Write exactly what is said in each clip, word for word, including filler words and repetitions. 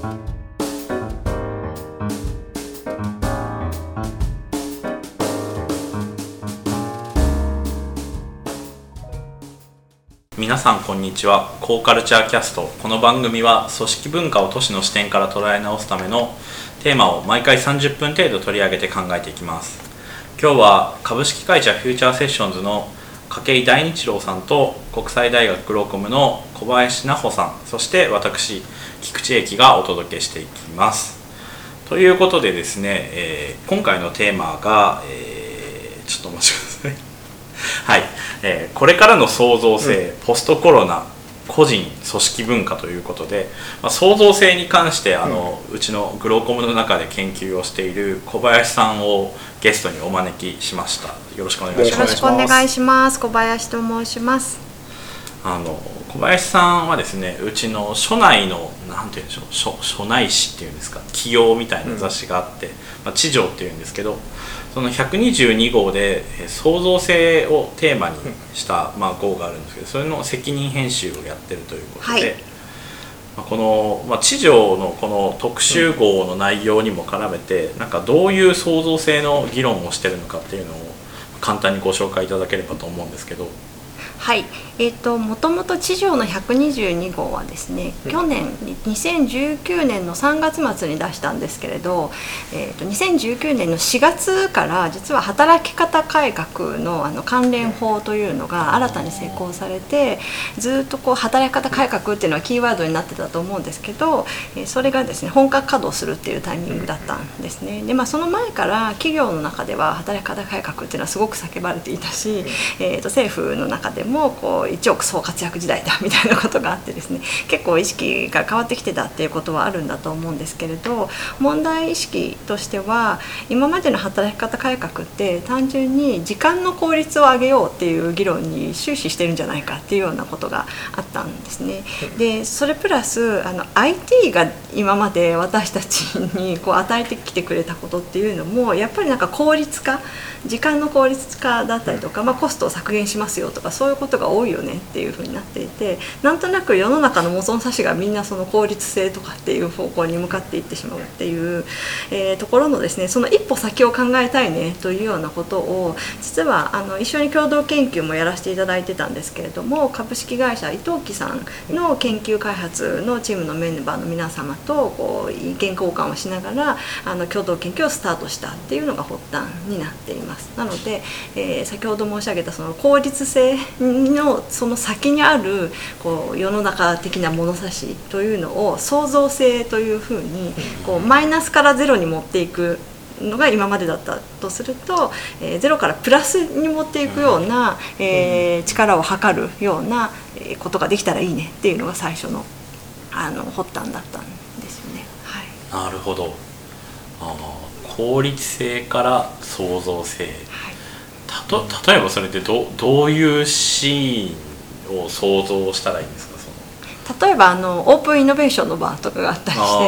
皆さんこんにちは。コーカルチャーキャスト。この番組は組織文化を都市の視点から捉え直すためのテーマを毎回さんじゅっぷん程度取り上げて考えていきます。今日は株式会社フューチャーセッションズの筧大日郎さんと国際大学グローコムの小林奈穂さん、そして私菊池英樹がお届けしていきます。ということでですね、えー、今回のテーマが、えー、ちょっとお待ちくださいはい、えー、これからの創造性、うん、ポストコロナ、個人組織文化ということで、まあ、創造性に関してあの、うん、うちのグローコムの中で研究をしている小林さんをゲストにお招きしました。よろしくお願いします。 よろしくお願いします。小林と申します。 あの小林さんはですね、うちの所内のなんていうんでしょう、所、所内誌っていうんですか、企業みたいな雑誌があって、うん、まあ、地上っていうんですけど、そのひゃくにじゅうに号で創造性をテーマにした、まあ、号があるんですけど、それの責任編集をやってるということで、はい、まあ、この、まあ、地上のこの特集号の内容にも絡めて、なんかどういう創造性の議論をしてるのかっていうのを簡単にご紹介いただければと思うんですけど。 はい、えーと、もともと地上のひゃくにじゅうに号はですね、去年にせんじゅうきゅうねんのさんがつ末に出したんですけれど、えーと、にせんじゅうきゅうねんのしがつから実は働き方改革 の, あの関連法というのが新たに施行されて、ずっとこう働き方改革っていうのはキーワードになってたと思うんですけど、それがですね本格稼働するっていうタイミングだったんですね。で、まあ、その前から企業の中では働き方改革っていうのはすごく叫ばれていたし、えーと、政府の中でももこう一億総活躍時代だみたいなことがあってですね、結構意識が変わってきてたっていうことはあるんだと思うんですけれど、問題意識としては今までの働き方改革って単純に時間の効率を上げようっていう議論に終始してるんじゃないかっていうようなことがあったんですね。でそれプラスあの アイティー が今まで私たちにこう与えてきてくれたことっていうのもやっぱりなんか効率化、時間の効率化だったりとか、まあ、コストを削減しますよとかそういうことが多いよねっていうふうになっていて、なんとなく世の中の物差しがみんなその効率性とかっていう方向に向かっていってしまうっていう、えー、ところのですね、その一歩先を考えたいねというようなことを実はあの一緒に共同研究もやらせていただいてたんですけれども、株式会社伊藤木さんの研究開発のチームのメンバーの皆様とこう意見交換をしながらあの共同研究をスタートしたっていうのが発端になっています。なので、えー、先ほど申し上げたその効率性のその先にあるこう世の中的な物差しというのを創造性というふうにこうマイナスからゼロに持っていくのが今までだったとすると、えー、ゼロからプラスに持っていくような、えー、力を測るようなことができたらいいねっていうのが最初の、あの発端だったんですよね。 はい、なるほど。あ効率性から創造性、はい、たと例えばそれって ど, どういうシーンを想像したらいいんですか？ 例えばあのオープンイノベーションの場とかがあったりして、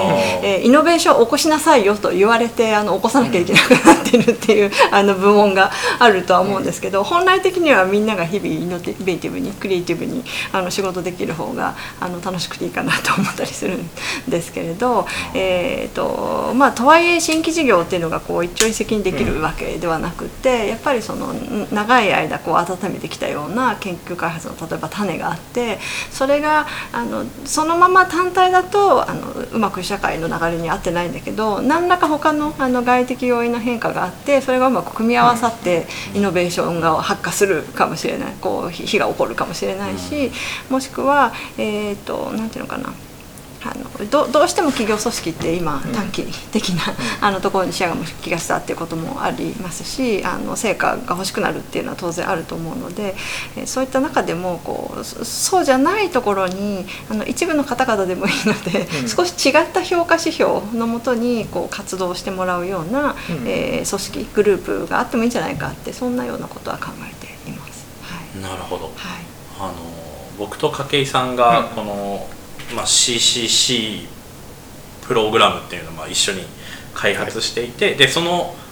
えー、イノベーションを起こしなさいよと言われてあの起こさなきゃいけなくなってるっていう、うん、あの部門があるとは思うんですけど、本来的にはみんなが日々イノベーティブにクリエイティブにあの仕事できる方があの楽しくていいかなと思ったりするんですけれど、えーとまあ、とはいえ新規事業っていうのがこう一朝一夕にできるわけではなくて、やっぱりその長い間こう温めてきたような研究開発の例えば種があって、それがあのあのそのまま単体だとあのうまく社会の流れに合ってないんだけど、何らか他の、あの外的要因の変化があって、それがうまく組み合わさってイノベーションが発火するかもしれない、こう火が起こるかもしれないし、もしくはえっとなんていうのかな、あの ど, どうしても企業組織って今短期的な、うん、あのところに視野が向きがちだっていうこともありますし、あの成果が欲しくなるっていうのは当然あると思うので、えそういった中でもこうそうじゃないところにあの一部の方々でもいいので、うん、少し違った評価指標のもとにこう活動してもらうような、うん、えー、組織グループがあってもいいんじゃないかって、そんなようなことは考えています。はい、 なるほど。 はい、 あの僕と筧さんがこの、うん、まあ、シーシーシー プログラムっていうのをまあ一緒に開発していて、でその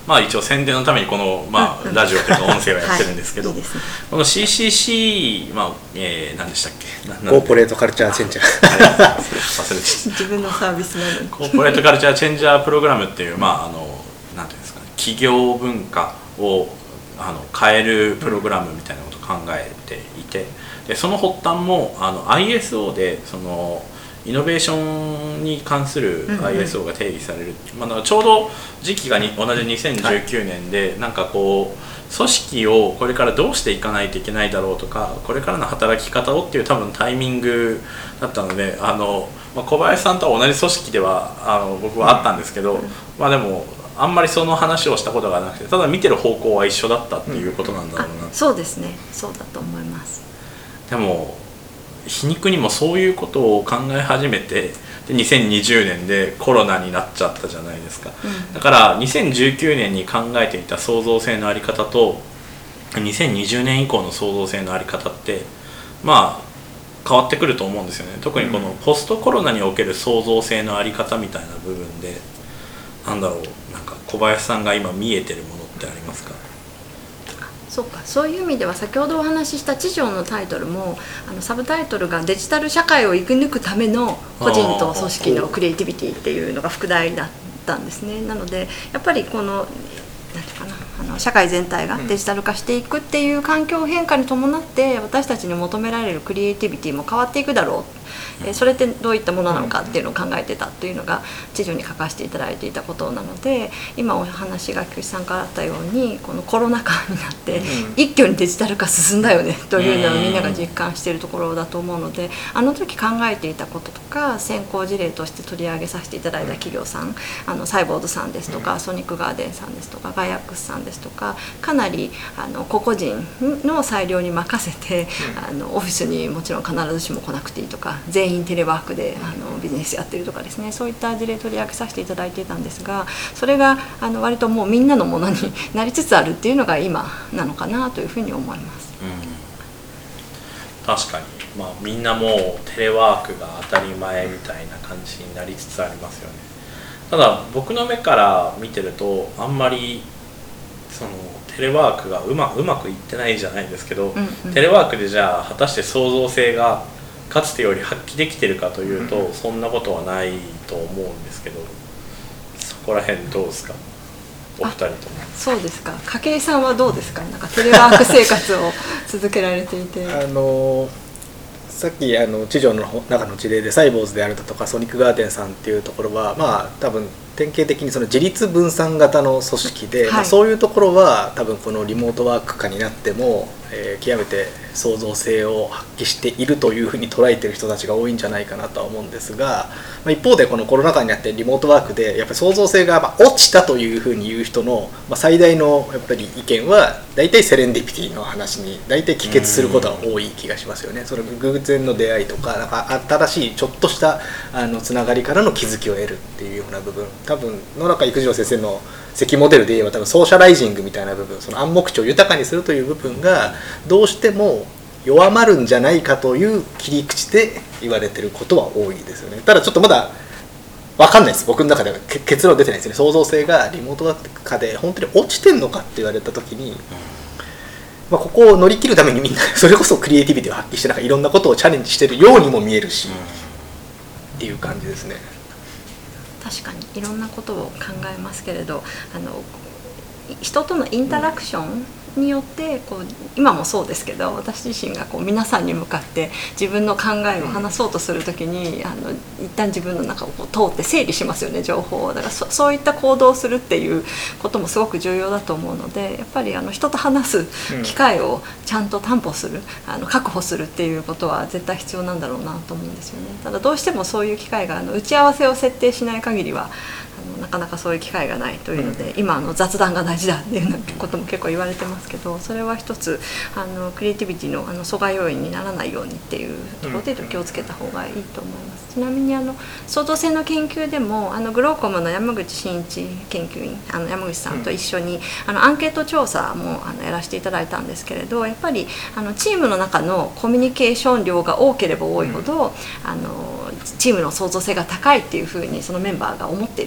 まあ一応宣伝のためにこの、まあ、ラジオというか音声をやってるんですけど、 はい、いいですね、 この シーシーシー、まあえー、何でしたっけ、 コーポレートカルチャーチェンジャー忘れて自分のサービスなのにコーポレートカルチャーチェンジャープログラムっていう、まああのなんていうんですかね、企業文化をあの変えるプログラムみたいなことを考えていて、でその発端もあの アイエスオー でそのイノベーションに関する アイエスオー が定義される、うんうん、まあ、ちょうど時期がに同じにせんじゅうきゅうねんで、はい、なんかこう組織をこれからどうしていかないといけないだろうとか、これからの働き方をっていう多分タイミングだったので、あの、まあ、小林さんとは同じ組織ではあの僕はあったんですけど、うんうん、まあでもあんまりその話をしたことがなくて、ただ見てる方向は一緒だったっていうことなんだろうな、 うん、そうですね、そうだと思います。 でも皮肉にもそういうことを考え始めて、でにせんにじゅうねんでコロナになっちゃったじゃないですか、うん、だからにせんじゅうきゅうねんに考えていた創造性のあり方とにせんにじゅうねん以降の創造性のあり方ってまあ変わってくると思うんですよね。特にこのポストコロナにおける創造性のあり方みたいな部分で、なんだろう、なんか小林さんが今見えてるものってありますか？ そうか、そういう意味では先ほどお話しした知条のタイトルもあのサブタイトルがデジタル社会を生き抜くための個人と組織のクリエイティビティっていうのが副題だったんですね。なのでやっぱりこのなんていうかな、あの社会全体がデジタル化していくっていう環境変化に伴って私たちに求められるクリエイティビティも変わっていくだろう、えー、それってどういったものなのかっていうのを考えてたというのが知条に書かせていただいていたことなので、今お話が菊池さんからあったようにこのコロナ禍になって一挙にデジタル化進んだよねというのをみんなが実感しているところだと思うので、あの時考えていたこととか先行事例として取り上げさせていただいた企業さん、あのサイボーズさんですとかソニックガーデンさんですとかガイアックスさんですとか、かなりあの個々人の裁量に任せて、あのオフィスにもちろん必ずしも来なくていいとか、全員テレワークであのビジネスやってるとかですね、そういった事例取り上げさせていただいていたんですが、それがあの割ともうみんなのものになりつつあるっていうのが今なのかなというふうに思います。 うん、確かに、まあ、みんなもうテレワークが当たり前みたいな感じになりつつありますよね。ただ僕の目から見てるとあんまりそのテレワークがうま、うまくいってないじゃないですけど、うんうん、テレワークでじゃあ果たして創造性がかつてより発揮できてるかというと、うん、そんなことはないと思うんですけど、そこら辺どうですか、お二人とも。 そうですか、筧さんはどうですか、なんかテレワーク生活を続けられていてあのさっきあの知条の中の事例でサイボーズであるだとかソニックガーデンさんっていうところは、まあ多分典型的にその自立分散型の組織で、はい、まあ、そういうところは多分このリモートワーク化になっても、えー、極めて創造性を発揮しているというふうに捉えている人たちが多いんじゃないかなとは思うんですが、まあ、一方でこのコロナ禍になってリモートワークでやっぱり創造性がまあ落ちたというふうに言う人の、まあ、最大のやっぱり意見は大体セレンディピティの話に大体帰結することが多い気がしますよね。それ偶然の出会いとか、なんか新しいちょっとしたあのつながりからの気づきを得るっていうような部分、多分野中育次郎先生の関モデルで言えば多分ソーシャライジングみたいな部分、その暗黙知を豊かにするという部分がどうしても弱まるんじゃないかという切り口で言われてることは多いですよね。ただちょっとまだ分かんないです、僕の中では結論出てないですね。創造性がリモートワーク化で本当に落ちてんのかって言われた時に、まあ、ここを乗り切るためにみんなそれこそクリエイティビティを発揮してなんかいろんなことをチャレンジしてるようにも見えるし、っていう感じですね。 確かにいろんなことを考えますけれど、あの人とのインタラクションによってこう今もそうですけど、私自身がこう皆さんに向かって自分の考えを話そうとするときに、あの一旦自分の中をこう通って整理しますよね、情報を。だから そ, そういった行動をするっていうこともすごく重要だと思うので、やっぱりあの人と話す機会をちゃんと担保する、あの確保するっていうことは絶対必要なんだろうなと思うんですよね。ただどうしてもそういう機会があの打ち合わせを設定しない限りはなかなかそういう機会がないというので、うん、今あの雑談が大事だっていうことも結構言われてますけど、それは一つあのクリエイティビティのあの阻害要因にならないようにっていうところで気をつけた方がいいと思います。ちなみにあの創造性の研究でもあのグローコムの山口真一研究員、あの山口さんと一緒にあのアンケート調査もあのやらせていただいたんですけれど、やっぱりあのチームの中のコミュニケーション量が多ければ多いほど、あのチームの創造性が高いっていうふうにそのメンバーが思っているっていう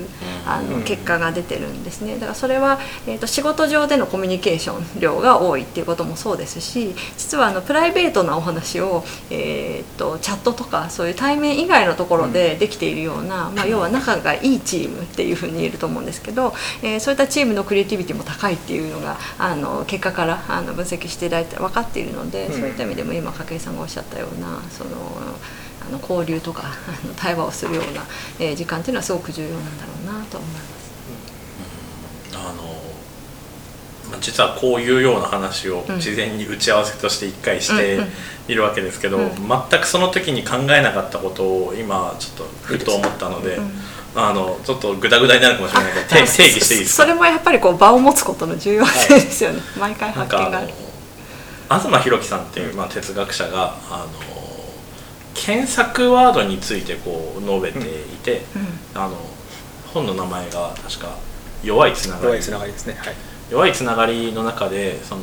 あの結果が出てるんですね。だからそれは、えー、と仕事上でのコミュニケーション量が多いっていうこともそうですし、実はあのプライベートなお話を、えー、とチャットとかそういう対面以外のところでできているような、まあ、要は仲がいいチームっていうふうに言えると思うんですけど、えー、そういったチームのクリエイティビティも高いっていうのがあの結果からあの分析していただいて分かっているので、そういった意味でも今筧さんがおっしゃったようなそのあの交流とかあの対話をするような、えー、時間っていうのはすごく重要なんだろうなと思います。 うん、あの実はこういうような話を事前に打ち合わせとしていっかいしているわけですけど、うんうん、全くその時に考えなかったことを今ちょっとふと思ったので、うん、あのちょっとグダグダになるかもしれないけど定義していいですか。 それもやっぱりこう場を持つことの重要性ですよね、はい、毎回発見がある。 東博樹さんっていう、まあ、哲学者があの検索ワードについてこう述べていて、うん、あの本の名前が確か弱いつながり、 弱いつながりですね、はい、 弱いつながりの中でその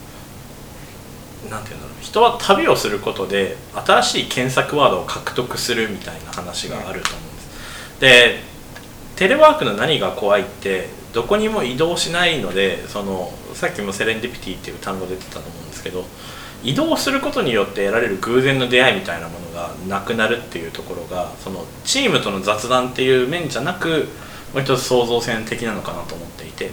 なんていうんだろう、人は旅をすることで新しい検索ワードを獲得するみたいな話があると思うんです、うん、でテレワークの何が怖いってどこにも移動しないので、そのさっきもセレンディピティっていう単語出てたと思うんですけど、移動することによって得られる偶然の出会いみたいなものがなくなるっていうところが、そのチームとの雑談っていう面じゃなくもう一つ創造性的なのかなと思っていて、うん、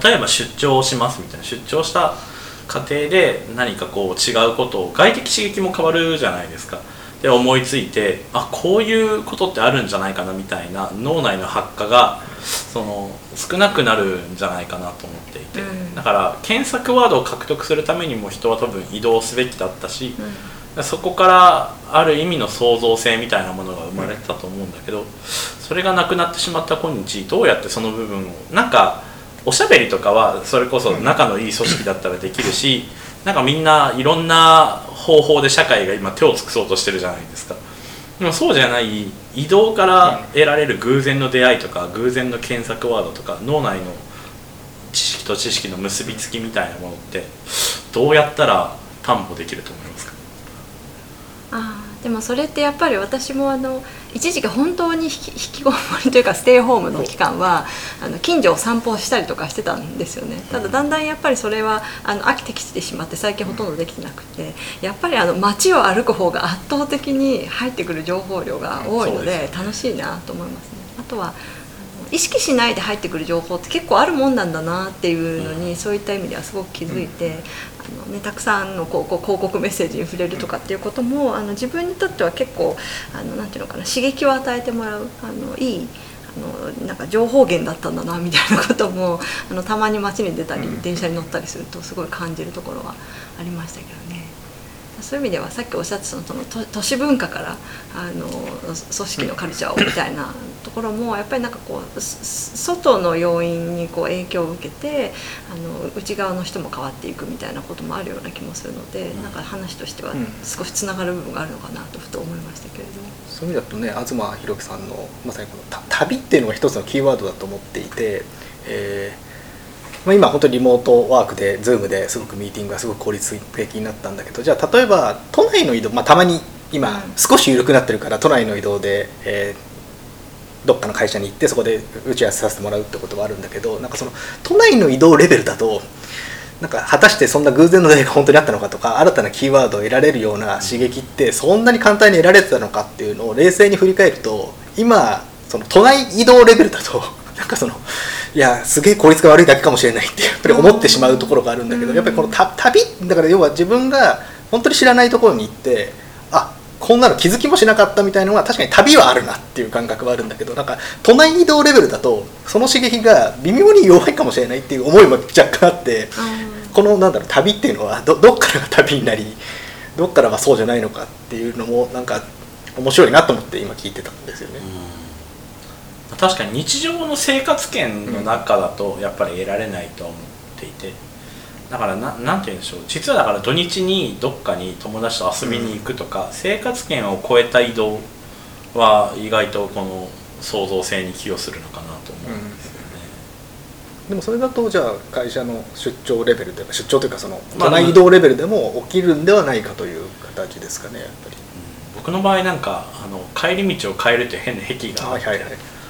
例えば出張をしますみたいな、出張した過程で何かこう違うことを、外的刺激も変わるじゃないですか。で思いついて、あこういうことってあるんじゃないかなみたいな脳内の発火がその少なくなるんじゃないかなと思っていて、うん、だから検索ワードを獲得するためにも人は多分移動すべきだったし、うん、そこからある意味の創造性みたいなものが生まれてたと思うんだけど、それがなくなってしまった今日どうやってその部分を、なんかおしゃべりとかはそれこそ仲のいい組織だったらできるし、なんかみんないろんな方法で社会が今手を尽くそうとしてるじゃないですか。でもそうじゃない移動から得られる偶然の出会いとか偶然の検索ワードとか脳内の知識と知識の結びつきみたいなものってどうやったら担保できると思いますか？ あでもそれってやっぱり私もあの一時期本当に引き、引きこもりというかステイホームの期間はあの近所を散歩したりとかしてたんですよね。ただだんだんやっぱりそれはあの飽きてきてしまって最近ほとんどできてなくて、やっぱりあの街を歩く方が圧倒的に入ってくる情報量が多いので楽しいなと思いますね。あとは意識しないで入ってくる情報って結構あるもんなんだなっていうのに、そういった意味ではすごく気づいて、あの、ね、たくさんのこうこう広告メッセージに触れるとかっていうこともあの自分にとっては結構あのなんていうのかな、刺激を与えてもらうあのいいあのなんか情報源だったんだなみたいなこともあのたまに街に出たり電車に乗ったりするとすごい感じるところはありましたけどね。そういう意味ではさっきおっしゃってたその都市文化からあの組織のカルチャーをみたいなところもやっぱりなんかこう外の要因にこう影響を受けてあの内側の人も変わっていくみたいなこともあるような気もするので、なんか話としては少しつながる部分があるのかなとふと思いましたけれども、うん、 そういう意味だとね東博樹さんのまさにこの旅っていうのが一つのキーワードだと思っていて、えー今本当にリモートワークで Zoom ですごくミーティングがすごく効率的になったんだけど、じゃあ例えば都内の移動、まあ、たまに今少し緩くなってるから都内の移動で、えー、どっかの会社に行ってそこで打ち合わせさせてもらうってことはあるんだけど、なんかその都内の移動レベルだとなんか果たしてそんな偶然の出会いが本当にあったのかとか、新たなキーワードを得られるような刺激ってそんなに簡単に得られてたのかっていうのを冷静に振り返ると、今その都内移動レベルだとなんかそのいやすげえ効率が悪いだけかもしれないってやっぱり思ってしまうところがあるんだけど、やっぱりこの旅だから要は自分が本当に知らないところに行って、あこんなの気づきもしなかったみたいなのは確かに旅はあるなっていう感覚はあるんだけど、なんか都内移動レベルだとその刺激が微妙に弱いかもしれないっていう思いも若干あって、このなんだろう旅っていうのは ど, どっからが旅になりどっからがそうじゃないのかっていうのもなんか面白いなと思って今聞いてたんですよね。 確かに日常の生活圏の中だとやっぱり得られないと思っていて、だから な, なんて言うんでしょう、実はだから土日にどっかに友達と遊びに行くとか、うん、生活圏を超えた移動は意外とこの創造性に寄与するのかなと思うんですよね、 うん、でもそれだとじゃあ会社の出張レベルで出張というかその都内移動レベルでも起きるんではないかという形ですかね、やっぱり、 うん、僕の場合なんかあの帰り道を変えるという変な癖があって、はいはいはい、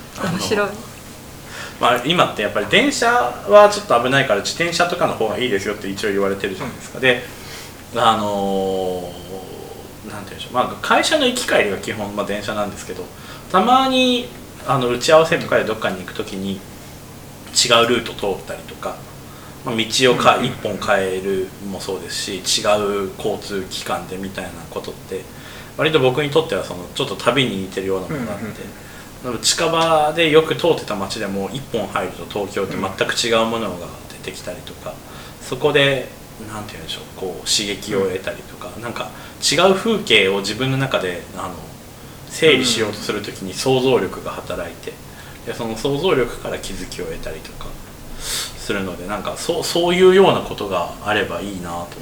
面白い。 まあ、今ってやっぱり電車はちょっと危ないから自転車とかの方がいいですよって一応言われてるじゃないですか、うん、であのー、なんていうんでしょう、まあ、会社の行き帰りが基本、まあ、電車なんですけど、たまにあの打ち合わせとかでどっかに行くときに違うルート通ったりとか、まあ、道をか一本変えるもそうですし、違う交通機関でみたいなことって割と僕にとってはそのちょっと旅に似てるようなものがあって、近場でよく通ってた街でも一本入ると東京って全く違うものが出てきたりとか、そこでなんて言うんでしょう、こう刺激を得たりとか、なんか違う風景を自分の中であの整理しようとするときに想像力が働いて、でその想像力から気づきを得たりとかするので、なんかそう、そういうようなことがあればいいなと思って。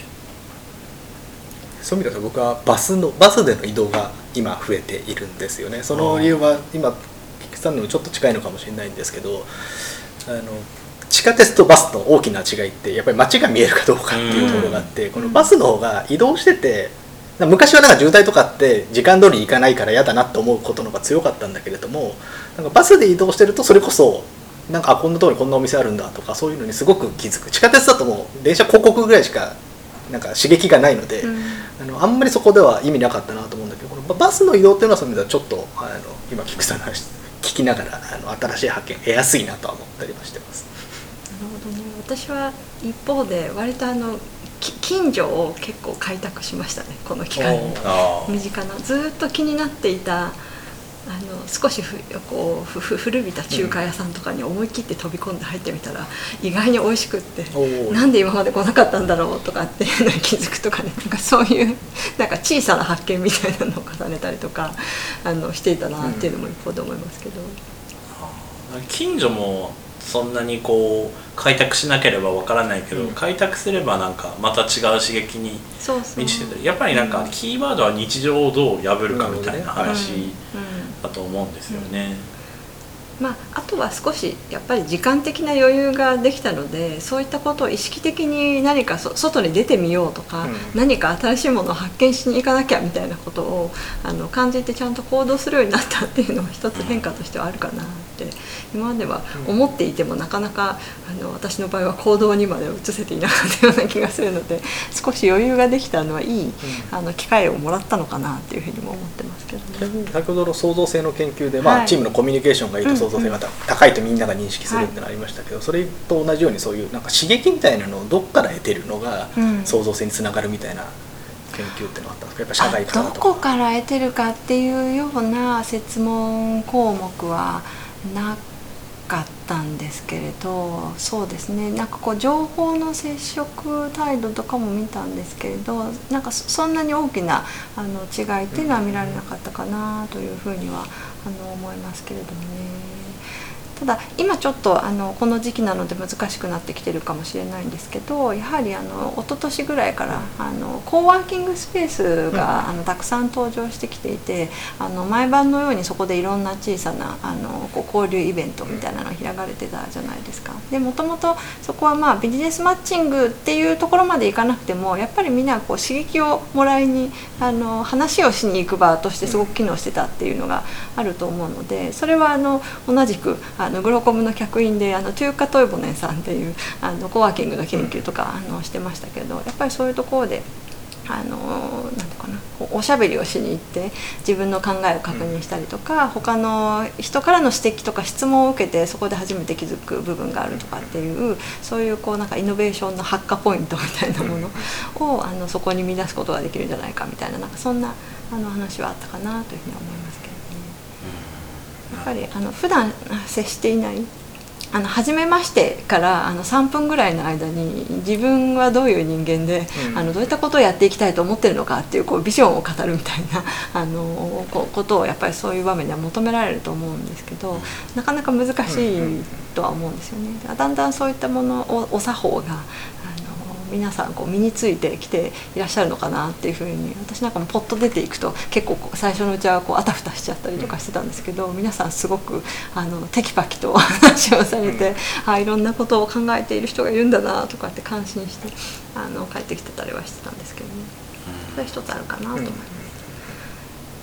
そういう意味だと僕はバスのバスでの移動が今増えているんですよね。その理由は今菊さんのもちょっと近いのかもしれないんですけど、あの地下鉄とバスの大きな違いってやっぱり街が見えるかどうかっていうところがあって、このバスの方が移動してて、昔はなんか渋滞とかって時間通りに行かないから嫌だなって思うことの方が強かったんだけれども、なんかバスで移動してるとそれこそなんかあこんなところにこんなお店あるんだとか、そういうのにすごく気づく。地下鉄だともう電車広告ぐらいしかなんか刺激がないので、うん、あのあんまりそこでは意味なかったなと思うんだけど、このバスの移動っていうのはそういう意味ではちょっとあの今菊さんの話聞きながらあの新しい発見得やすいなとは思ったりもしてます。 なるほどね。私は一方で割とあの近所を結構開拓しましたね、この機会に。身近なずっと気になっていたあの少しふこうふふ古びた中華屋さんとかに思い切って飛び込んで入ってみたら意外に美味しくって、なんで今まで来なかったんだろうとかっていうのに気づくとかね、なんかそういうなんか小さな発見みたいなのを重ねたりとかあのしていたなっていうのも一方で思いますけど、 うん、近所もそんなにこう開拓しなければわからないけど、うん、開拓すればなんかまた違う刺激に満ちてて、やっぱりなんかキーワードは日常をどう破るかみたいな話だと思うんですよね。 まあ、あとは少しやっぱり時間的な余裕ができたので、そういったことを意識的に何かそ外に出てみようとか、うん、何か新しいものを発見しに行かなきゃみたいなことをあの感じてちゃんと行動するようになったっていうのが一つ変化としてはあるかなって今までは思っていても、なかなかあの私の場合は行動にまで移せていなかったような気がするので、少し余裕ができたのはいい、うん、あの機会をもらったのかなっていうふうにも思ってますけどね。 先ほどの創造性の研究で、まあはい、チームのコミュニケーションがいいと創造性が高いとみんなが認識するってのありましたけど、はい、それと同じようにそういうなんか刺激みたいなのをどっから得てるのが創造性につながるみたいな研究ってのがあったんですか？やっぱ社外からとか。 どこから得てるかっていうような設問項目はなかったんですけれど、そうですね、なんかこう情報の接触態度とかも見たんですけれど、なんかそんなに大きなあの違いっていうのは見られなかったかなというふうにはあの思いますけれどもね。ただ今ちょっとあのこの時期なので難しくなってきてるかもしれないんですけど、やはりあの一昨年ぐらいからあのコーワーキングスペースがあのたくさん登場してきていて、あの毎晩のようにそこでいろんな小さなあのこう交流イベントみたいなのが開かれてたじゃないですか。でもともとそこはまあビジネスマッチングっていうところまでいかなくても、やっぱりみんなこう刺激をもらいにあの話をしに行く場としてすごく機能してたっていうのがあると思うので、それはあの同じくあのグロコムの客員であのトゥーカ・トイボネンさんっていうあのコワーキングの研究とかあのしてましたけど、やっぱりそういうところであのなんていうかな、おしゃべりをしに行って自分の考えを確認したりとか、他の人からの指摘とか質問を受けてそこで初めて気づく部分があるとかっていう、そういうこうなんかイノベーションの発火ポイントみたいなものをあのそこに見出すことができるんじゃないかみたいな、なんかそんなあの話はあったかなというふうに思いますけどね。やっぱりあの普段接していないあの初めましてからあのさんぷんぐらいの間に自分はどういう人間で、うん、あのどういったことをやっていきたいと思ってるのかっていう、こうビジョンを語るみたいなあのこことをやっぱりそういう場面では求められると思うんですけど、なかなか難しいとは思うんですよね。だんだんそういったものをお作法が皆さんこう身についてきていらっしゃるのかなっていうふうに、私なんかもポッと出ていくと結構最初のうちはこうあたふたしちゃったりとかしてたんですけど、皆さんすごくあのテキパキと話をされて、うん、あいろんなことを考えている人がいるんだなとかって感心してあの帰ってきてたりはしてたんですけどね。それ一つあるかなと思います。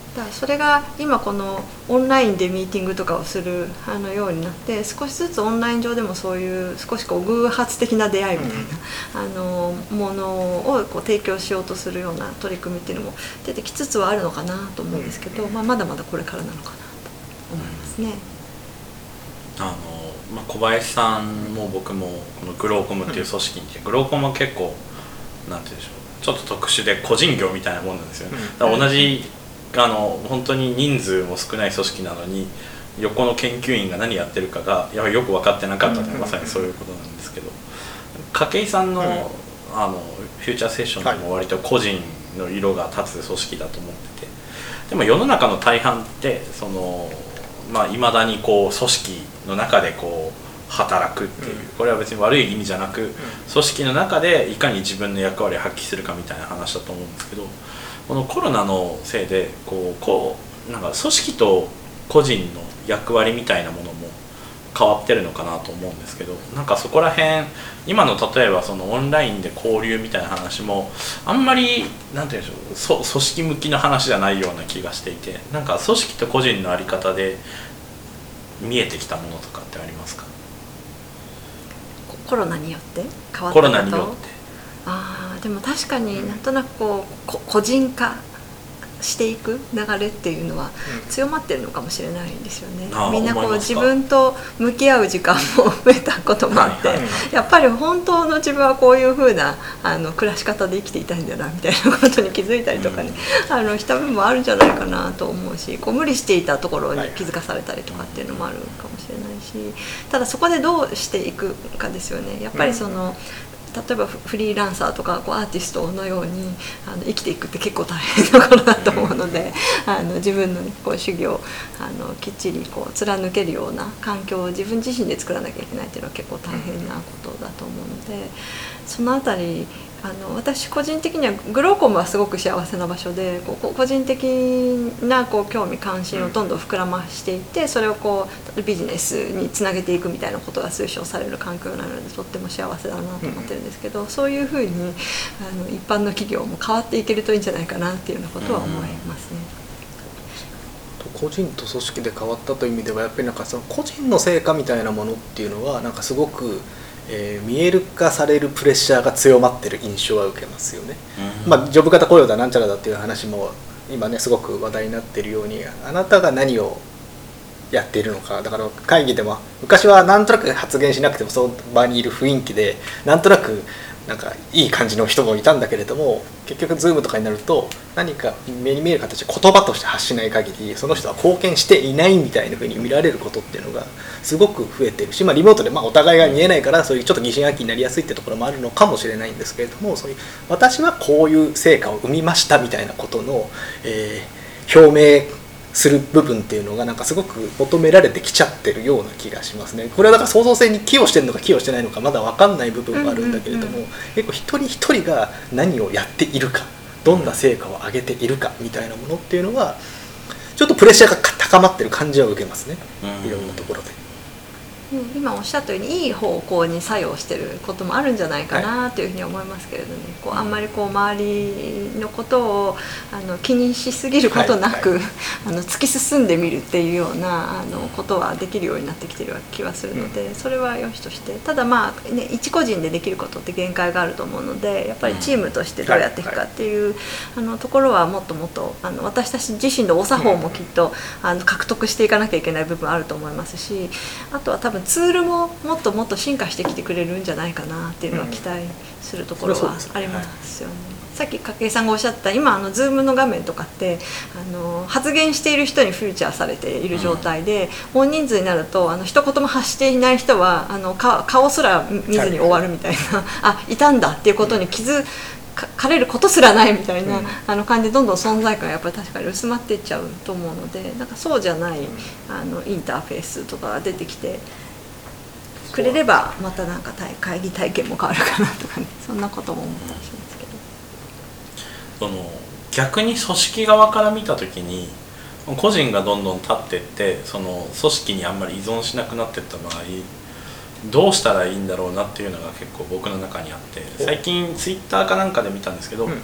だからそれが今このオンラインでミーティングとかをするあのようになって、少しずつオンライン上でもそういう少しこう偶発的な出会いみたいな、うん、あのものをこう提供しようとするような取り組みっていうのも出てきつつはあるのかなと思うんですけど、まあ、まだまだこれからなのかなと思いますね。 あのまあ、小林さんも僕もこのグローコムっていう組織にいて、グローコムは結構なんて言うんでしょう、ちょっと特殊で個人業みたいなもんなんですよね。だから同じあの本当に人数も少ない組織なのに横の研究員が何やってるかがやはりよく分かってなかったという、まさにそういうことなんですけど、筧さんの、あのフューチャーセッションでも割と個人の色が立つ組織だと思ってて、でも世の中の大半ってそのまあいまだにこう組織の中でこう働くっていう、これは別に悪い意味じゃなく、組織の中でいかに自分の役割を発揮するかみたいな話だと思うんですけど、このコロナのせいでこうこうなんか組織と個人の役割みたいなものも変わってるのかなと思うんですけど、なんかそこら辺今の例えばそのオンラインで交流みたいな話もあんまりなんていうんでしょう、そ組織向きの話じゃないような気がしていて、なんか組織と個人の在り方で見えてきたものとかってありますか？ コロナによって変わったこと。 コロナによって。 ああ、でも確かになんとなくこうこ個人化していく流れっていうのは強まってるのかもしれないんですよね。 うん、 みんなこう自分と向き合う時間も増えたこともあって、はいはい、やっぱり本当の自分はこういう風なあの暮らし方で生きていたいんだなみたいなことに気づいたりとかね、うん、あのした部分もあるんじゃないかなと思うし、こう無理していたところに気づかされたりとかっていうのもあるかもしれないし、ただそこでどうしていくかですよね。やっぱりその、うん、例えばフリーランサーとかこうアーティストのようにあの生きていくって結構大変なことだと思うので、あの自分の、ね、こう修行あのきっちりこう貫けるような環境を自分自身で作らなきゃいけないっていうのは結構大変なことだと思うので、そのあたりあの私個人的にはグローコムはすごく幸せな場所で、こう個人的なこう興味関心をどんどん膨らましていって、それをこうビジネスにつなげていくみたいなことが推奨される環境なのでとっても幸せだなと思ってるんですけど、そういうふうにあの一般の企業も変わっていけるといいんじゃないかなっていうようなことは思いますね。 個人と組織で変わったという意味ではやっぱりなんかその個人の成果みたいなものっていうのはなんかすごくえー、見える化されるプレッシャーが強まってる印象は受けますよね、うん、まあジョブ型雇用だなんちゃらだっていう話も今ねすごく話題になっているように、あなたが何をやっているのか、だから会議でも昔はなんとなく発言しなくてもその場にいる雰囲気でなんとなくなんかいい感じの人もいたんだけれども、結局 Zoom とかになると何か目に見える形で言葉として発しない限りその人は貢献していないみたいな風に見られることっていうのがすごく増えてるし、まあ、リモートでまあお互いが見えないからそういうちょっと疑心暗鬼になりやすいってところもあるのかもしれないんですけれども、そういう私はこういう成果を生みましたみたいなことの、えー、表明する部分っていうのがなんかすごく求められてきちゃってるような気がしますね。これはだから創造性に寄与してるのか寄与してないのかまだ分かんない部分があるんだけれども、うんうんうん、結構一人一人が何をやっているか、どんな成果を上げているかみたいなものっていうのはちょっとプレッシャーが高まってる感じは受けますね、うん、いろんなところで。 今おっしゃったようにいい方向に作用してることもあるんじゃないかなというふうに思いますけれどね、はい、こうあんまりこう周りのことをあの気にしすぎることなく、はいはい、あの突き進んでみるっていうようなあのことはできるようになってきてる気はするので、うん、それは良しとして、ただまあ、ね、一個人でできることって限界があると思うので、やっぱりチームとしてどうやっていくかっていう、はいはい、あのところはもっともっとあの私たち自身のお作法もきっと、うん、あの獲得していかなきゃいけない部分あると思いますし、あとは多分ツールももっともっと進化してきてくれるんじゃないかなっていうのは期待するところはありますよね。さっき筧さんがおっしゃった今あの Zoom の画面とかってあの発言している人にフィーチャーされている状態で、うん、大人数になるとあの一言も発していない人はあのか顔すら見ずに終わるみたいな、はい、あいたんだっていうことに気づかれることすらないみたいな、うん、あの感じでどんどん存在感がやっぱり確かに薄まっていっちゃうと思うので、なんかそうじゃないあのインターフェースとかが出てきてくれればまたなんか会議体験も変わるかなとかね、そんなことも思ったりしますけど、 その逆に組織側から見た時に個人がどんどん立っていってその組織にあんまり依存しなくなっていった場合どうしたらいいんだろうなっていうのが結構僕の中にあって、最近ツイッターかなんかで見たんですけど、うん、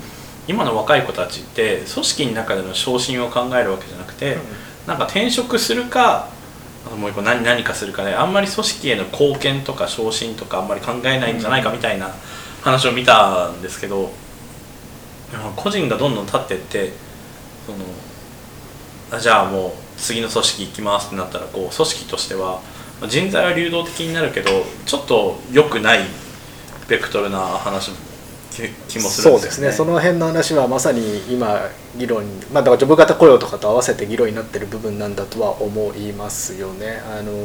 今の若い子たちって組織の中での昇進を考えるわけじゃなくて、うん、なんか転職するかもう一個 何, 何かするかで、あんまり組織への貢献とか昇進とかあんまり考えないんじゃないかみたいな話を見たんですけど、個人がどんどん立っていってそのあじゃあもう次の組織行きますってなったらこう組織としては人材は流動的になるけどちょっと良くないベクトルな話も気もするんですよね。 そうですね、その辺の話はまさに今議論、まあ、だからジョブ型雇用とかと合わせて議論になっている部分なんだとは思いますよね。あの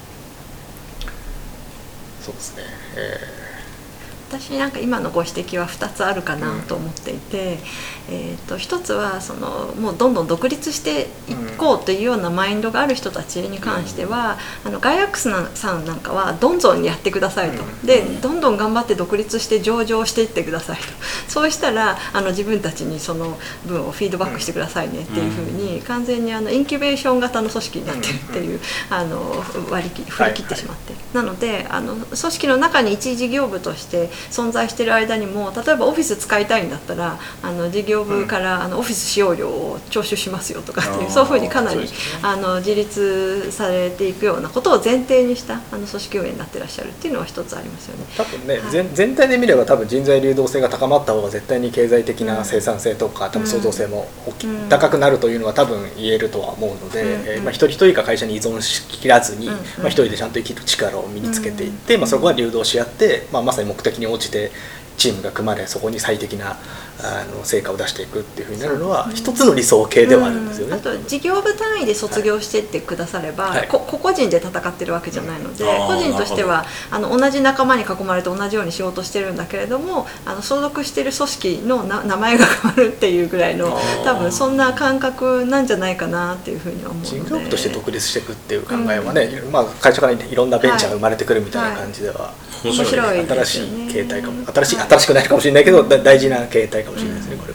そうですね、えー私なんか今のご指摘はふたつあるかなと思っていて、うんえー、とひとつはそのもうどんどん独立していこうというようなマインドがある人たちに関しては、うん、あのガイアックスさんなんかはどんどんやってくださいと、うん、でどんどん頑張って独立して上場していってくださいと、そうしたらあの自分たちにその分をフィードバックしてくださいねっていうふうに完全にあのインキュベーション型の組織になってるっていうあの割り切振り切ってしまって、はいはい、なのであの組織の中に一事業部として存在している間にも例えばオフィス使いたいんだったらあの事業部からあのオフィス使用料を徴収しますよとかっていう、そういうふうにかなり、ね、あの自立されていくようなことを前提にしたあの組織運営になってらっしゃるっていうのは一つありますよね。 多分ね、はい、全, 全体で見れば多分人材流動性が高まった方が絶対に経済的な生産性とか、うん、多分創造性も大き、うん、高くなるというのは多分言えるとは思うので、うんえーまあ、一人一人が会社に依存しきらずに、うんまあ、一人でちゃんと生きる力を身につけていって、うんまあ、そこが流動し合って、まあ、まさに目的に応じてチームが組まれそこに最適なあの成果を出していくっていうふうになるのは一つの理想形ではあるんですよね。 うん、あと事業部単位で卒業してってくだされば、はい、個々人で戦ってるわけじゃないので、うん、個人としてはあの同じ仲間に囲まれて同じように仕事してるんだけれどもあの所属してる組織のな名前が変わるっていうぐらいの多分そんな感覚なんじゃないかなっていうふうに思うので、 事業部として独立していくっていう考えはね、うんまあ、会社からいろんなベンチャーが生まれてくるみたいな感じでは、はい、 面白いですよね。新しい形態かも新しい、新しくないかもしれないけど大事な形態かもしれないですね、うん、これから。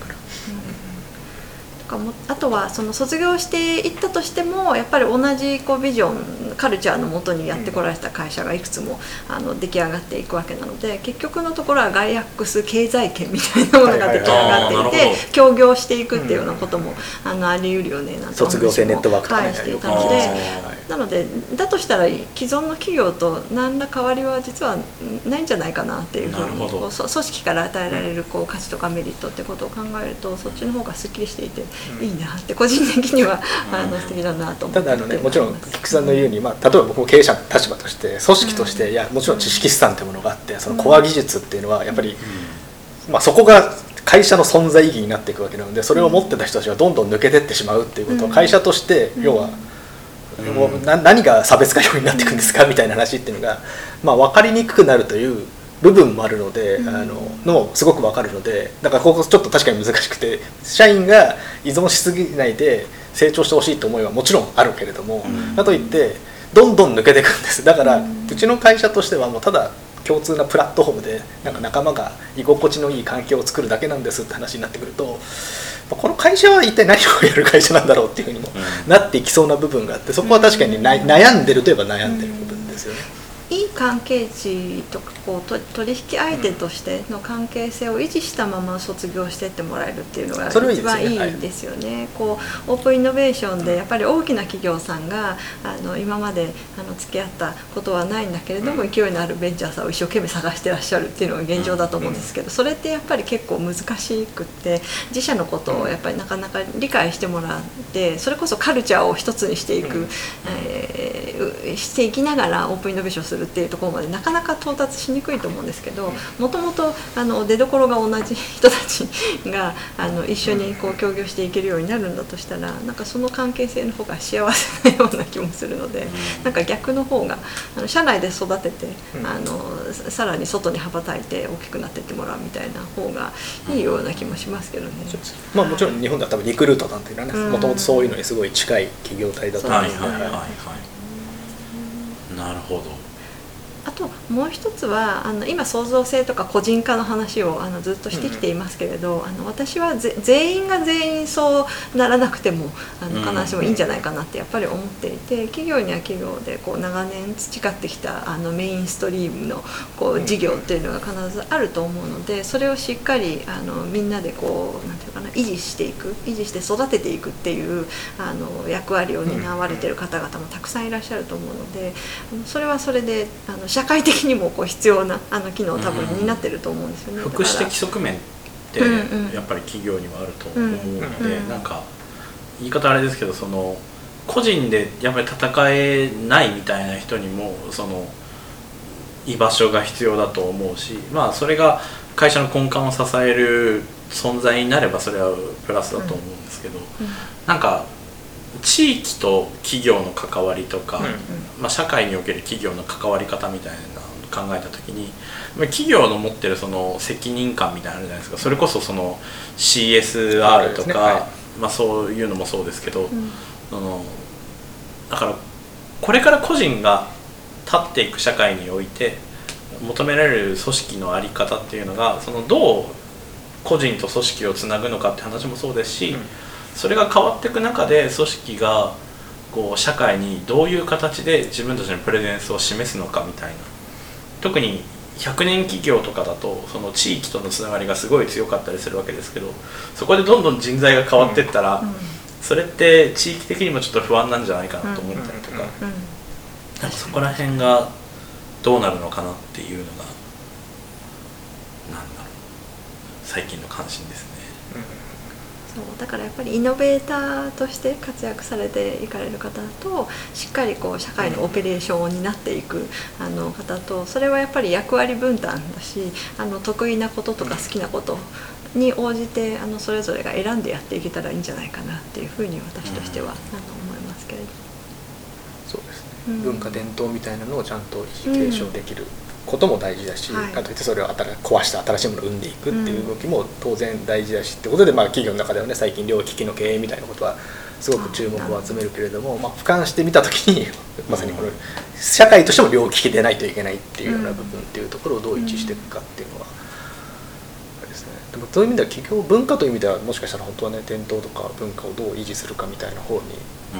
あとはその卒業していったとしてもやっぱり同じこうビジョンカルチャーのもとにやってこられた会社がいくつもあの出来上がっていくわけなので結局のところはガイアックス経済圏みたいなものが出来上がっていて協業していくっていうようなことも、うん、あのあり得るよねなんて卒業生ネットワークとかね、 はい、していたのでなのでだとしたら既存の企業と何ら変わりは実はないんじゃないかなっていうふうにこう組織から与えられるこう価値とかメリットってことを考えるとそっちの方がすっきりしていていいなって個人的にはあの素敵だなと思って。 ただあのねもちろん菊さんの言うに、まあ、例えば僕も経営者の立場として組織として、うん、いやもちろん知識資産というものがあってそのコア技術っていうのはやっぱり、うんまあ、そこが会社の存在意義になっていくわけなのでそれを持ってた人たちがどんどん抜けてってしまうっていうことを会社として要は、うん、もうな何が差別化要因になっていくんですかみたいな話っていうのが、まあ、分かりにくくなるという部分もあるので、うん、あののすごく分かるのでだからここちょっと確かに難しくて社員が依存しすぎないで成長してほしいという思いはもちろんあるけれども、うん、かといってどんどん抜けていくんです。だから、うん、うちの会社としてはもうただ共通なプラットフォームでなんか仲間が居心地のいい環境を作るだけなんですって話になってくるとこの会社は一体何をやる会社なんだろうっていうふうにもなっていきそうな部分があってそこは確かに悩んでるといえば悩んでる部分ですよね。 いい関係値とかこうと取引相手としての関係性を維持したまま卒業していってもらえるっていうのが一番いいですよね。こうオープンイノベーションでやっぱり大きな企業さんがあの今まであの付き合ったことはないんだけれども勢いのあるベンチャーさんを一生懸命探してらっしゃるっていうのが現状だと思うんですけどそれってやっぱり結構難しくって自社のことをやっぱりなかなか理解してもらってそれこそカルチャーを一つにしていく、えー、していきながらオープンイノベーションするっていうところまでなかなか到達しにくいと思うんですけどもともとあの出どころが同じ人たちがあの一緒にこう協業していけるようになるんだとしたらなんかその関係性の方が幸せなような気もするのでなんか逆の方があの社内で育ててあのさらに外に羽ばたいて大きくなっていってもらうみたいな方がいいような気もしますけどね。 まあ、もちろん日本では多分リクルートなんていうのはねもともとそういうのにすごい近い企業体だと思うんですね。 なるほど。 あともう一つはあの今創造性とか個人化の話をあのずっとしてきていますけれど、うん、あの私はぜ全員が全員そうならなくてもあの必ずしもいいんじゃないかなってやっぱり思っていて、企業には企業でこう長年培ってきたあのメインストリームのこう事業っていうのが必ずあると思うので、それをしっかりあのみんなでこうなんていうかな維持していく維持して育てていくっていうあの役割を担われている方々もたくさんいらっしゃると思うので、それはそれであの社会的にもこう必要なあの機能を多分担ってると思うんですよね。 福祉的側面ってやっぱり企業にはあると思うので、なんか言い方あれですけど、その個人でやっぱり戦えないみたいな人にもその居場所が必要だと思うし、まあそれが会社の根幹を支える存在になればそれはプラスだと思うんですけど、なんか地域と企業の関わりとか、まあ、社会における企業の関わり方みたいなのを考えた時に、企業の持ってるその責任感みたいなのあるじゃないですか。それこそその シーエスアール とか、はい、まあ、そういうのもそうですけど、うん、そのだからこれから個人が立っていく社会において求められる組織の在り方っていうのが、そのどう個人と組織をつなぐのかって話もそうですし、うん、それが変わっていく中で組織がこう社会にどういう形で自分たちのプレゼンスを示すのかみたいな、特にひゃくねん企業とかだとその地域とのつながりがすごい強かったりするわけですけど、そこでどんどん人材が変わっていったら、うんうん、それって地域的にもちょっと不安なんじゃないかなと思ったりとか、うんうんうん、なんかそこら辺がどうなるのかなっていうのがなんだろう、最近の関心ですね。 そうだからやっぱりイノベーターとして活躍されていかれる方と、しっかりこう社会のオペレーションになっていくあの方と、それはやっぱり役割分担だし、あの得意なこととか好きなことに応じてあのそれぞれが選んでやっていけたらいいんじゃないかなっていうふうに私としてはあの思いますけれど。 そうですね、うん、文化伝統みたいなのをちゃんと維持継承できることも大事だし、うん、はい、かといってそれを壊して新しいものを生んでいくっていう動きも当然大事だしってことで、まあ、企業の中ではね、最近両利きの経営みたいなことはすごく注目を集めるけれども、まあ、俯瞰してみた時にまさにこの社会としても両利きでないといけないっていうような部分っていうところをどう一致していくかっていうのは、あれですね。でもそういう意味では企業文化という意味ではもしかしたら本当はね、伝統とか文化をどう維持するかみたいな方に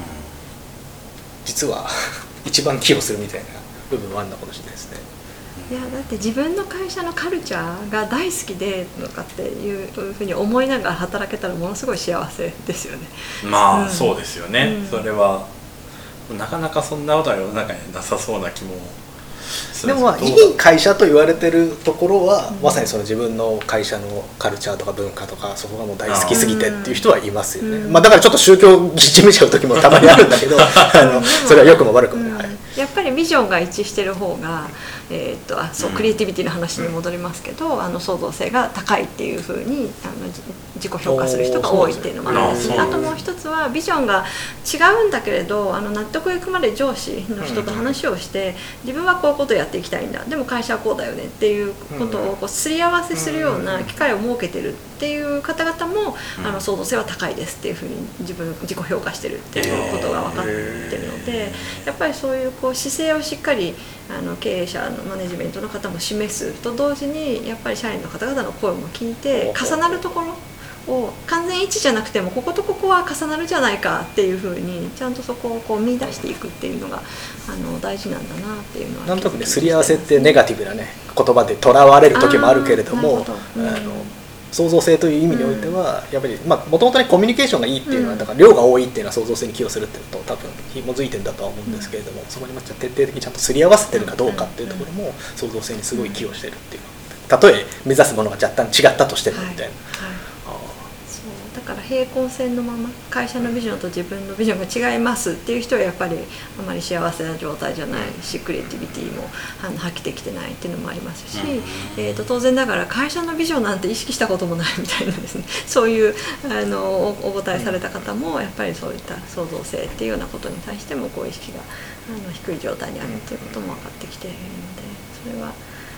実は一番寄与するみたいな部分はあるのかもしれないですね。 いやだって自分の会社のカルチャーが大好きでとかっていうふうに思いながら働けたらものすごい幸せですよね。 まあ、うん、そうですよね、うん、それはなかなかそんなことは世の中になさそうな気もでもまあいい会社と言われてるところは、うん、まさにその自分の会社のカルチャーとか文化とかそこがもう大好きすぎてっていう人はいますよね、うん、まあ、だからちょっと宗教にじみちゃう時もたまにあるんだけどあのそれは良くも悪くも、うん、はい、 やっぱりビジョンが一致してる方が、えー、っとあそうクリエイティビティの話に戻りますけど、うん、あの創造性が高いっていうふうにあの自己評価する人が多いっていうのもあるんですね。あともう一つはビジョンが違うんだけれど、あの納得いくまで上司の人と話をして、自分はこういうことをやっていきたいんだ、でも会社はこうだよねっていうことをこうすり合わせするような機会を設けてるっていう方々も、あの創造性は高いですっていうふうに自分自己評価してるっていうことが分かってるので、やっぱりそういうこう姿勢をしっかりあの経営者のマネジメントの方も示すと同時に、やっぱり社員の方々の声も聞いて、重なるところを完全一致じゃなくてもこことここは重なるじゃないかっていうふうにちゃんとそこをこう見出していくっていうのがあの大事なんだなっていうのは、 なんとなくね、すり合わせってネガティブなね言葉でとらわれる時もあるけれども、あの創造性という意味においては、うん、やっぱりまあもともとねコミュニケーションがいいっていうのは、だから量が多いっていうのは創造性に寄与するっていうのと多分紐づいてるんだとは思うんですけれども、うん、そこにまあ徹底的にちゃんとすり合わせてるかどうかっていうところも創造性にすごい寄与してるっていう、たとえ目指すものが若干違ったとしてもみたいな、はいはい、 だから平行線のまま会社のビジョンと自分のビジョンが違いますっていう人はやっぱりあまり幸せな状態じゃないし、クリエイティビティもあの発揮できてないっていうのもありますし、えー、と当然ながら会社のビジョンなんて意識したこともないみたいなですね、そういうあのお答えされた方もやっぱりそういった創造性っていうようなことに対してもこう意識があの低い状態にあるっていうことも分かってきているので、それは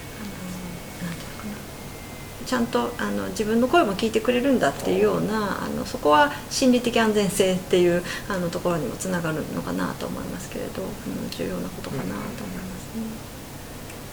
ちゃんとあの自分の声も聞いてくれるんだっていうような、あのそこは心理的安全性っていうあのところにもつながるのかなと思いますけれど、うん、重要なことかなと思いますね。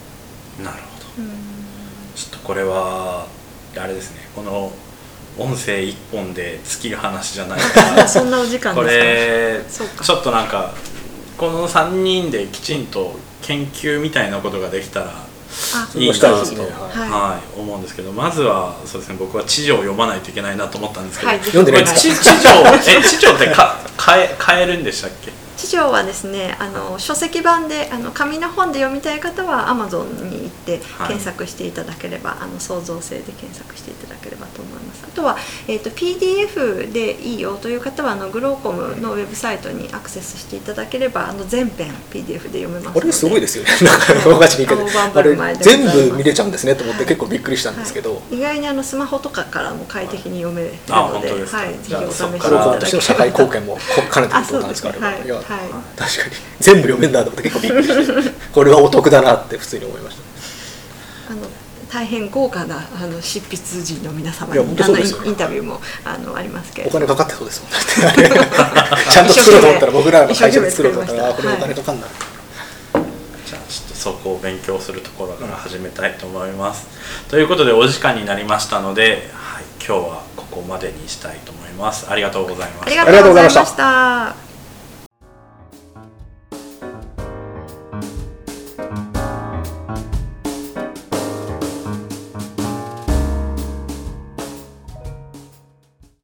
なるほど。ちょっとこれはあれですね、この音声一本で尽きる話じゃないからそんなお時間ですか。 これそうかちょっとなんかこのさんにんできちんと研究みたいなことができたらいいなと、 そうしたいですね。 はいははい、思うんですけど、まずはそうですね、僕は地上を読まないといけないなと思ったんですけど、 はい読んでないですか。 地地上え地上ってか買え買えるんでしたっけ？ 地上はですね、あの書籍版であの紙の本で読みたい方は アマゾン に行って検索していただければ、はい、あの創造性で検索していただければと思います。あとは、えー、と ピーディーエフ でいいよという方はあのグローコムのウェブサイトにアクセスしていただければあの全編 ピーディーエフ で読めますので。 これすごいですよね。なんか動画に行けてあれ前で全部見れちゃうんですねと思って結構びっくりしたんですけど、 はい、意外にあのスマホとかからも快適に読めるので、 あ本当ですか。 はい、ぜひお試しいただけグローコムとれば。 しての社会貢献も兼ねてるってことなんですか。 あそうですね、はいいや、 はい、 確かに全部読めんだと思って結構びっくりしてこれはお得だなって普通に思いました。 あの大変豪華なあの執筆陣の皆様にいや本当そうですよあのインタビューもあのありますけれどお金かかってそうですもんねちゃんと作ろうと思ったら僕らの会社で作ろうと思ったらこれお金かかんない、 じゃあちょっとそこを勉強するところから始めたいと思います、うん、ということでお時間になりましたので、はい、今日はここまでにしたいと思います。ありがとうございました。 ありがとうございました。